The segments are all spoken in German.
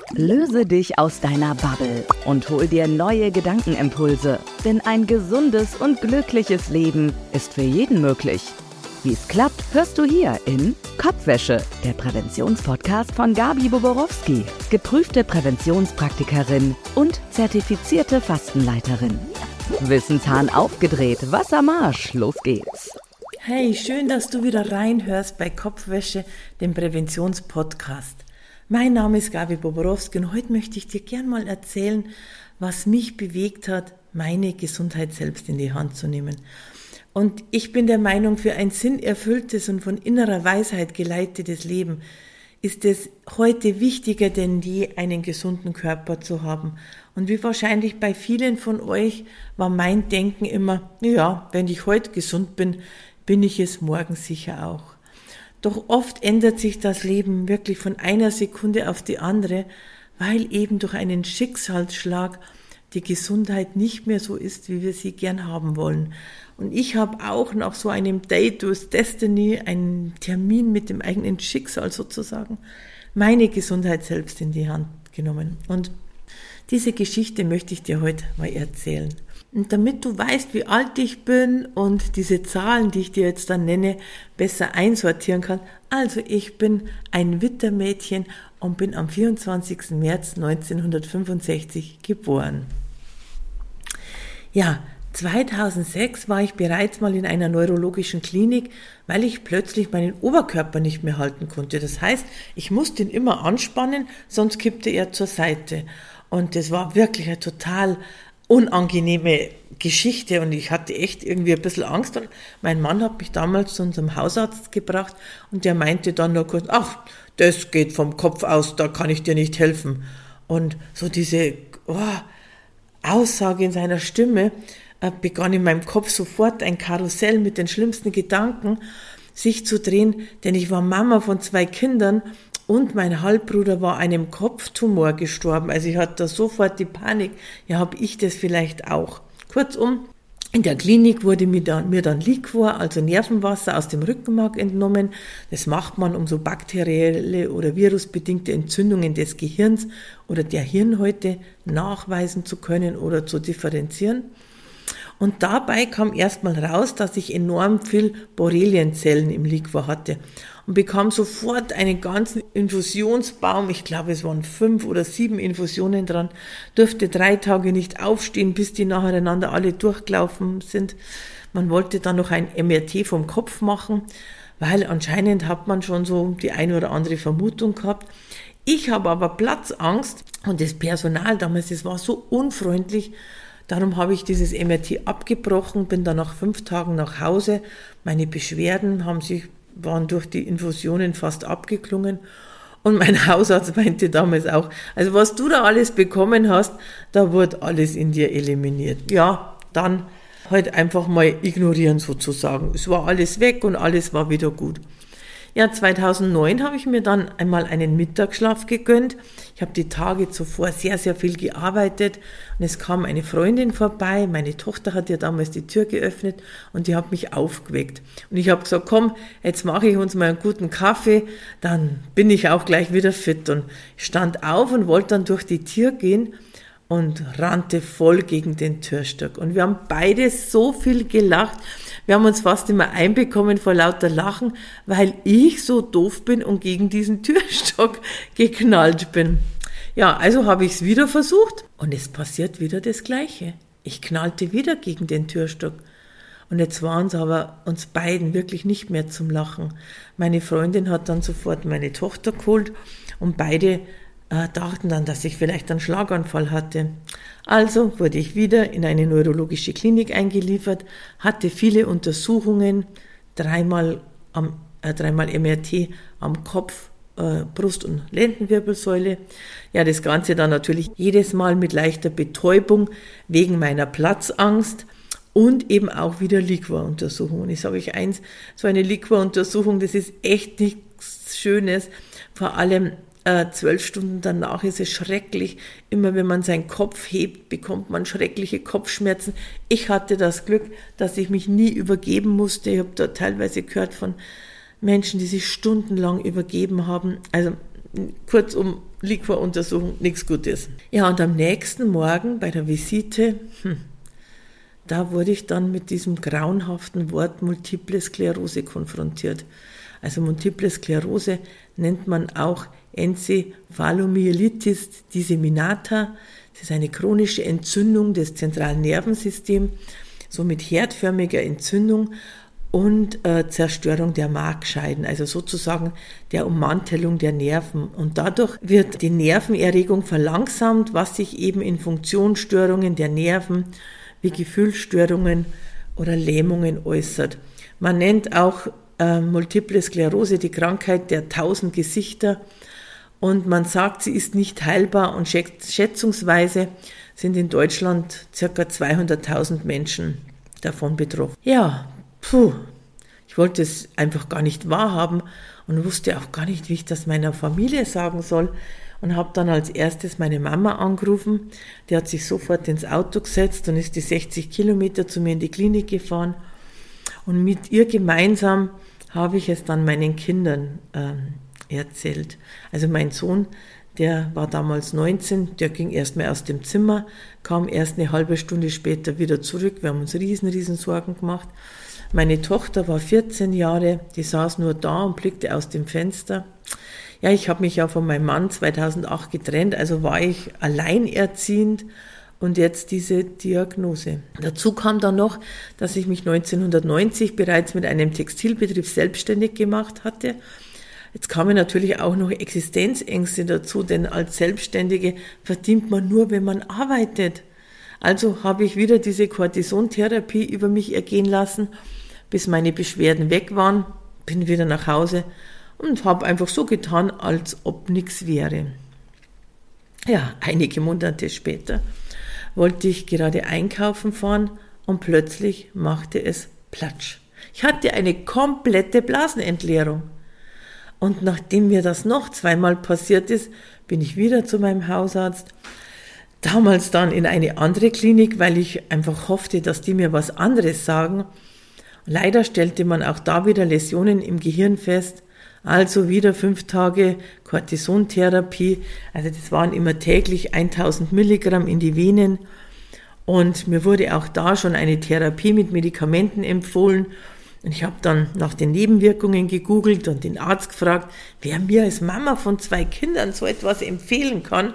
Löse dich aus deiner Bubble und hol dir neue Gedankenimpulse. Denn ein gesundes und glückliches Leben ist für jeden möglich. Wie es klappt, hörst du hier in Kopfwäsche, der Präventionspodcast von Gabi Boborowski, geprüfte Präventionspraktikerin und zertifizierte Fastenleiterin. Wissenshahn aufgedreht, Wassermarsch, los geht's. Hey, schön, dass du wieder reinhörst bei Kopfwäsche, dem Präventionspodcast. Mein Name ist Gabi Boborowski und heute möchte ich dir gern mal erzählen, was mich bewegt hat, meine Gesundheit selbst in die Hand zu nehmen. Und ich bin der Meinung, für ein sinnerfülltes und von innerer Weisheit geleitetes Leben ist es heute wichtiger denn je, einen gesunden Körper zu haben. Und wie wahrscheinlich bei vielen von euch war mein Denken immer, ja, wenn ich heute gesund bin, bin ich es morgen sicher auch. Doch oft ändert sich das Leben wirklich von einer Sekunde auf die andere, weil eben durch einen Schicksalsschlag die Gesundheit nicht mehr so ist, wie wir sie gern haben wollen. Und ich habe auch nach so einem Date with Destiny, einen Termin mit dem eigenen Schicksal sozusagen, meine Gesundheit selbst in die Hand genommen. Und diese Geschichte möchte ich dir heute mal erzählen. Und damit du weißt, wie alt ich bin und diese Zahlen, die ich dir jetzt dann nenne, besser einsortieren kann. Also ich bin ein Wittermädchen und bin am 24. März 1965 geboren. Ja, 2006 war ich bereits mal in einer neurologischen Klinik, weil ich plötzlich meinen Oberkörper nicht mehr halten konnte. Das heißt, ich musste ihn immer anspannen, sonst kippte er zur Seite. Und das war wirklich eine total unangenehme Geschichte und ich hatte echt irgendwie ein bisschen Angst. Und mein Mann hat mich damals zu unserem Hausarzt gebracht und der meinte dann nur kurz, ach, das geht vom Kopf aus, da kann ich dir nicht helfen. Und so diese Aussage in seiner Stimme begann in meinem Kopf sofort ein Karussell mit den schlimmsten Gedanken sich zu drehen, denn ich war Mama von 2 Kindern und mein Halbbruder war an einem Kopftumor gestorben. Also ich hatte da sofort die Panik, ja, habe ich das vielleicht auch. Kurzum, in der Klinik wurde mir dann Liquor, also Nervenwasser aus dem Rückenmark entnommen. Das macht man, um so bakterielle oder virusbedingte Entzündungen des Gehirns oder der Hirnhäute nachweisen zu können oder zu differenzieren. Und dabei kam erstmal raus, dass ich enorm viel Borrelienzellen im Liquor hatte und bekam sofort einen ganzen Infusionsbaum. Ich glaube, es waren 5 oder 7 Infusionen dran, durfte 3 Tage nicht aufstehen, bis die nacheinander alle durchgelaufen sind. Man wollte dann noch ein MRT vom Kopf machen, weil anscheinend hat man schon so die eine oder andere Vermutung gehabt. Ich habe aber Platzangst und das Personal damals, das war so unfreundlich. Darum habe ich dieses MRT abgebrochen, bin dann nach 5 Tagen nach Hause. Meine Beschwerden waren durch die Infusionen fast abgeklungen. Und mein Hausarzt meinte damals auch, also was du da alles bekommen hast, da wurde alles in dir eliminiert. Ja, dann halt einfach mal ignorieren sozusagen. Es war alles weg und alles war wieder gut. Ja, 2009 habe ich mir dann einmal einen Mittagsschlaf gegönnt. Ich habe die Tage zuvor sehr, sehr viel gearbeitet und es kam eine Freundin vorbei. Meine Tochter hat ja damals die Tür geöffnet und die hat mich aufgeweckt. Und ich habe gesagt, komm, jetzt mache ich uns mal einen guten Kaffee, dann bin ich auch gleich wieder fit. Und ich stand auf und wollte dann durch die Tür gehen und rannte voll gegen den Türstock. Und wir haben beide so viel gelacht. Wir haben uns fast immer einbekommen vor lauter Lachen, weil ich so doof bin und gegen diesen Türstock geknallt bin. Ja, also habe ich es wieder versucht und es passiert wieder das Gleiche. Ich knallte wieder gegen den Türstock. Und jetzt waren es aber uns beiden wirklich nicht mehr zum Lachen. Meine Freundin hat dann sofort meine Tochter geholt und beide dachten dann, dass ich vielleicht einen Schlaganfall hatte. Also wurde ich wieder in eine neurologische Klinik eingeliefert, hatte viele Untersuchungen, dreimal MRT am Kopf, Brust- und Lendenwirbelsäule. Ja, das Ganze dann natürlich jedes Mal mit leichter Betäubung wegen meiner Platzangst und eben auch wieder Liquoruntersuchungen. Und ich sage euch eins, so eine Liquoruntersuchung, das ist echt nichts Schönes, vor allem 12 Stunden danach ist es schrecklich. Immer wenn man seinen Kopf hebt, bekommt man schreckliche Kopfschmerzen. Ich hatte das Glück, dass ich mich nie übergeben musste. Ich habe da teilweise gehört von Menschen, die sich stundenlang übergeben haben. Also kurzum, Liquoruntersuchung, nichts Gutes. Ja, und am nächsten Morgen bei der Visite, da wurde ich dann mit diesem grauenhaften Wort Multiple Sklerose konfrontiert. Also Multiple Sklerose nennt man auch Enzephalomyelitis disseminata. Das ist eine chronische Entzündung des zentralen Nervensystems, so mit herdförmiger Entzündung und Zerstörung der Markscheiden, also sozusagen der Ummantelung der Nerven. Und dadurch wird die Nervenerregung verlangsamt, was sich eben in Funktionsstörungen der Nerven wie Gefühlsstörungen oder Lähmungen äußert. Man nennt auch Multiple Sklerose die Krankheit der 1000 Gesichter und man sagt, sie ist nicht heilbar und schätzungsweise sind in Deutschland ca. 200.000 Menschen davon betroffen. Ja, ich wollte es einfach gar nicht wahrhaben und wusste auch gar nicht, wie ich das meiner Familie sagen soll und habe dann als erstes meine Mama angerufen. Die hat sich sofort ins Auto gesetzt und ist die 60 Kilometer zu mir in die Klinik gefahren und mit ihr gemeinsam habe ich es dann meinen Kindern erzählt. Also mein Sohn, der war damals 19, der ging erstmal aus dem Zimmer, kam erst eine halbe Stunde später wieder zurück. Wir haben uns riesen Sorgen gemacht. Meine Tochter war 14 Jahre, die saß nur da und blickte aus dem Fenster. Ja, ich habe mich ja von meinem Mann 2008 getrennt, also war ich alleinerziehend und jetzt diese Diagnose. Dazu kam dann noch, dass ich mich 1990 bereits mit einem Textilbetrieb selbstständig gemacht hatte. Jetzt kamen natürlich auch noch Existenzängste dazu, denn als Selbstständige verdient man nur, wenn man arbeitet. Also habe ich wieder diese Cortisontherapie über mich ergehen lassen, bis meine Beschwerden weg waren, bin wieder nach Hause und habe einfach so getan, als ob nichts wäre. Ja, einige Monate später wollte ich gerade einkaufen fahren und plötzlich machte es Platsch. Ich hatte eine komplette Blasenentleerung. Und nachdem mir das noch zweimal passiert ist, bin ich wieder zu meinem Hausarzt, damals dann in eine andere Klinik, weil ich einfach hoffte, dass die mir was anderes sagen. Leider stellte man auch da wieder Läsionen im Gehirn fest, also wieder 5 Tage Cortisontherapie, also das waren immer täglich 1000 Milligramm in die Venen und mir wurde auch da schon eine Therapie mit Medikamenten empfohlen. Und ich habe dann nach den Nebenwirkungen gegoogelt und den Arzt gefragt, wer mir als Mama von 2 Kindern so etwas empfehlen kann.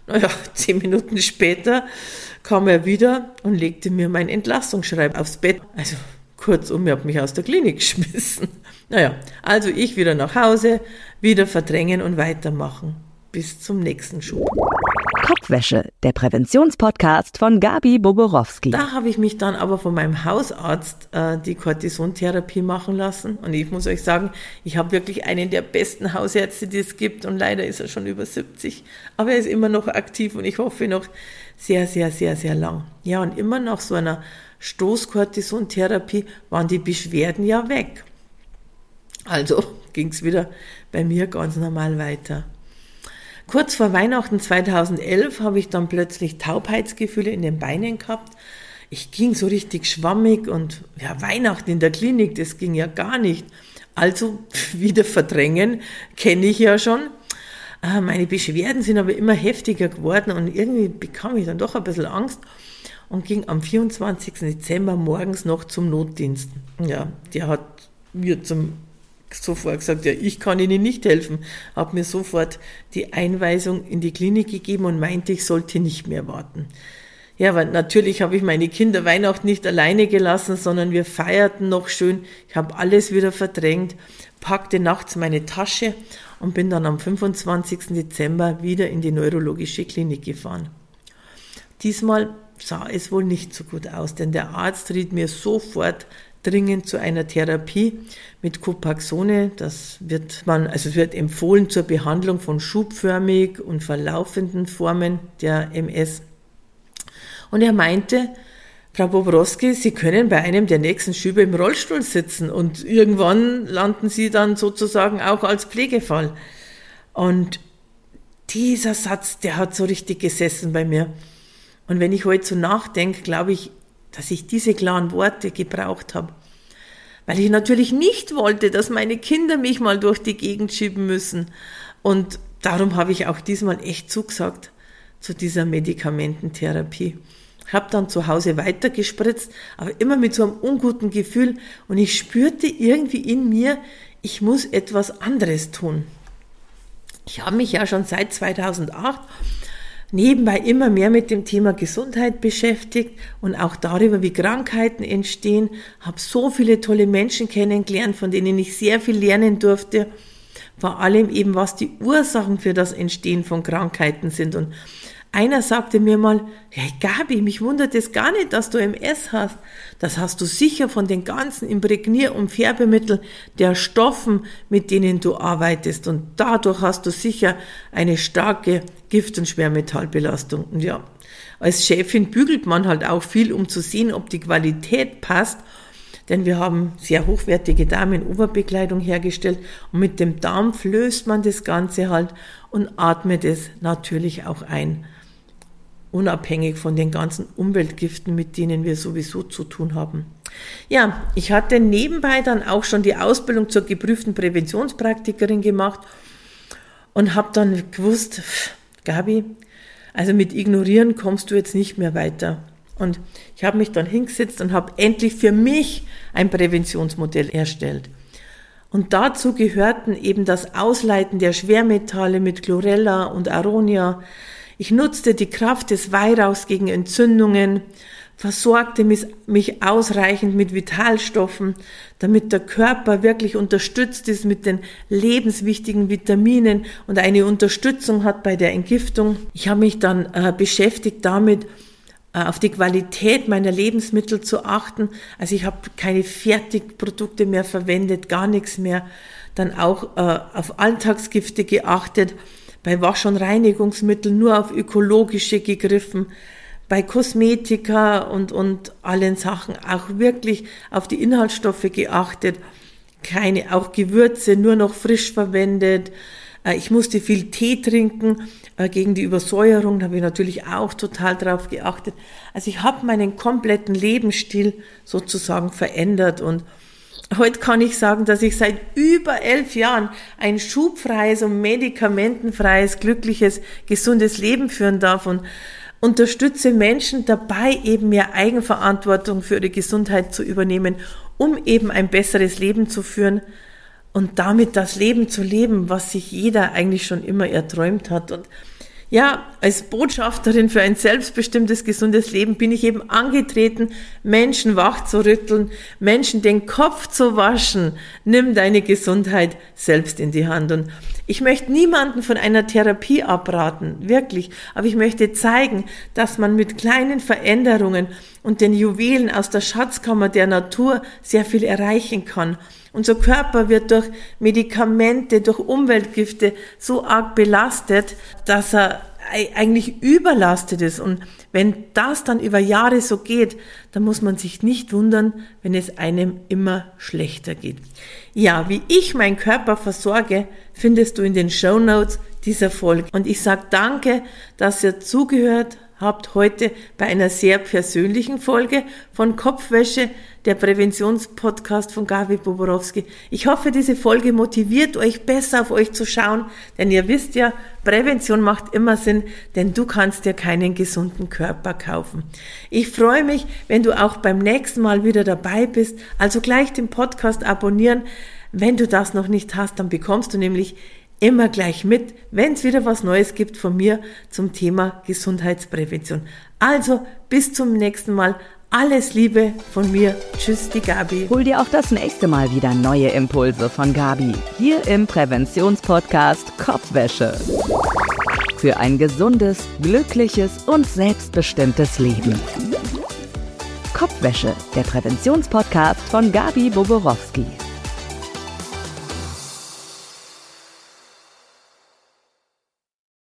10 Minuten später kam er wieder und legte mir mein Entlastungsschreiben aufs Bett. Also kurzum, er hat mich aus der Klinik geschmissen. Also ich wieder nach Hause, wieder verdrängen und weitermachen. Bis zum nächsten Schub. Kopfwäsche, der Präventionspodcast von Gabi Boborowski. Da habe ich mich dann aber von meinem Hausarzt die Cortisontherapie machen lassen. Und ich muss euch sagen, ich habe wirklich einen der besten Hausärzte, die es gibt. Und leider ist er schon über 70. Aber er ist immer noch aktiv und ich hoffe noch sehr lang. Ja, und immer nach so einer Stoßkortisontherapie waren die Beschwerden ja weg. Also ging es wieder bei mir ganz normal weiter. Kurz vor Weihnachten 2011 habe ich dann plötzlich Taubheitsgefühle in den Beinen gehabt. Ich ging so richtig schwammig und ja, Weihnachten in der Klinik, das ging ja gar nicht. Also wieder verdrängen, kenne ich ja schon. Meine Beschwerden sind aber immer heftiger geworden und irgendwie bekam ich dann doch ein bisschen Angst und ging am 24. Dezember morgens noch zum Notdienst. Ja, der hat mir sofort gesagt, ja, ich kann Ihnen nicht helfen, habe mir sofort die Einweisung in die Klinik gegeben und meinte, ich sollte nicht mehr warten. Ja, weil natürlich habe ich meine Kinder Weihnachten nicht alleine gelassen, sondern wir feierten noch schön. Ich habe alles wieder verdrängt, packte nachts meine Tasche und bin dann am 25. Dezember wieder in die neurologische Klinik gefahren. Diesmal sah es wohl nicht so gut aus, denn der Arzt riet mir sofort dringend zu einer Therapie mit Copaxone. Es wird empfohlen zur Behandlung von schubförmig und verlaufenden Formen der MS. Und er meinte, Frau Boborowski, Sie können bei einem der nächsten Schübe im Rollstuhl sitzen und irgendwann landen Sie dann sozusagen auch als Pflegefall. Und dieser Satz, der hat so richtig gesessen bei mir. Und wenn ich heute so nachdenke, glaube ich, dass ich diese klaren Worte gebraucht habe. Weil ich natürlich nicht wollte, dass meine Kinder mich mal durch die Gegend schieben müssen. Und darum habe ich auch diesmal echt zugesagt zu dieser Medikamententherapie. Habe dann zu Hause weitergespritzt, aber immer mit so einem unguten Gefühl und ich spürte irgendwie in mir, ich muss etwas anderes tun. Ich habe mich ja schon seit 2008 nebenbei immer mehr mit dem Thema Gesundheit beschäftigt und auch darüber, wie Krankheiten entstehen. Habe so viele tolle Menschen kennengelernt, von denen ich sehr viel lernen durfte. Vor allem eben, was die Ursachen für das Entstehen von Krankheiten sind. Und einer sagte mir mal, hey Gabi, mich wundert es gar nicht, dass du MS hast. Das hast du sicher von den ganzen Imprägnier- und Färbemitteln der Stoffen, mit denen du arbeitest. Und dadurch hast du sicher eine starke Gift- und Schwermetallbelastung. Und ja, als Chefin bügelt man halt auch viel, um zu sehen, ob die Qualität passt. Denn wir haben sehr hochwertige Damenoberbekleidung hergestellt. Und mit dem Dampf löst man das Ganze halt und atmet es natürlich auch ein. Unabhängig von den ganzen Umweltgiften, mit denen wir sowieso zu tun haben. Ja, ich hatte nebenbei dann auch schon die Ausbildung zur geprüften Präventionspraktikerin gemacht und habe dann gewusst, Gabi, also mit Ignorieren kommst du jetzt nicht mehr weiter. Und ich habe mich dann hingesetzt und habe endlich für mich ein Präventionsmodell erstellt. Und dazu gehörten eben das Ausleiten der Schwermetalle mit Chlorella und Aronia. Ich nutzte die Kraft des Weihrauchs gegen Entzündungen, versorgte mich ausreichend mit Vitalstoffen, damit der Körper wirklich unterstützt ist mit den lebenswichtigen Vitaminen und eine Unterstützung hat bei der Entgiftung. Ich habe mich dann beschäftigt damit, auf die Qualität meiner Lebensmittel zu achten. Also ich habe keine Fertigprodukte mehr verwendet, gar nichts mehr. Dann auch auf Alltagsgifte geachtet. Bei Wasch- und Reinigungsmitteln nur auf ökologische gegriffen, bei Kosmetika und allen Sachen auch wirklich auf die Inhaltsstoffe geachtet, auch Gewürze nur noch frisch verwendet. Ich musste viel Tee trinken gegen die Übersäuerung, da habe ich natürlich auch total drauf geachtet. Also ich habe meinen kompletten Lebensstil sozusagen verändert und heute kann ich sagen, dass ich seit über 11 Jahren ein schubfreies und medikamentenfreies, glückliches, gesundes Leben führen darf und unterstütze Menschen dabei, eben mehr Eigenverantwortung für ihre Gesundheit zu übernehmen, um eben ein besseres Leben zu führen und damit das Leben zu leben, was sich jeder eigentlich schon immer erträumt hat. Und ja, als Botschafterin für ein selbstbestimmtes, gesundes Leben bin ich eben angetreten, Menschen wach zu rütteln, Menschen den Kopf zu waschen. Nimm deine Gesundheit selbst in die Hand. Und ich möchte niemanden von einer Therapie abraten, wirklich. Aber ich möchte zeigen, dass man mit kleinen Veränderungen und den Juwelen aus der Schatzkammer der Natur sehr viel erreichen kann. Unser Körper wird durch Medikamente, durch Umweltgifte so arg belastet, dass er eigentlich überlastet ist. Und wenn das dann über Jahre so geht, dann muss man sich nicht wundern, wenn es einem immer schlechter geht. Ja, wie ich meinen Körper versorge, findest du in den Shownotes dieser Folge. Und ich sage danke, dass ihr zugehört habt heute bei einer sehr persönlichen Folge von Kopfwäsche, der Präventionspodcast von Gabi Boborowski. Ich hoffe, diese Folge motiviert euch besser auf euch zu schauen, denn ihr wisst ja, Prävention macht immer Sinn, denn du kannst dir keinen gesunden Körper kaufen. Ich freue mich, wenn du auch beim nächsten Mal wieder dabei bist, also gleich den Podcast abonnieren. Wenn du das noch nicht hast, dann bekommst du nämlich immer gleich mit, wenn es wieder was Neues gibt von mir zum Thema Gesundheitsprävention. Also bis zum nächsten Mal. Alles Liebe von mir. Tschüss, die Gabi. Hol dir auch das nächste Mal wieder neue Impulse von Gabi. Hier im Präventionspodcast Kopfwäsche. Für ein gesundes, glückliches und selbstbestimmtes Leben. Kopfwäsche, der Präventionspodcast von Gabi Boborowski.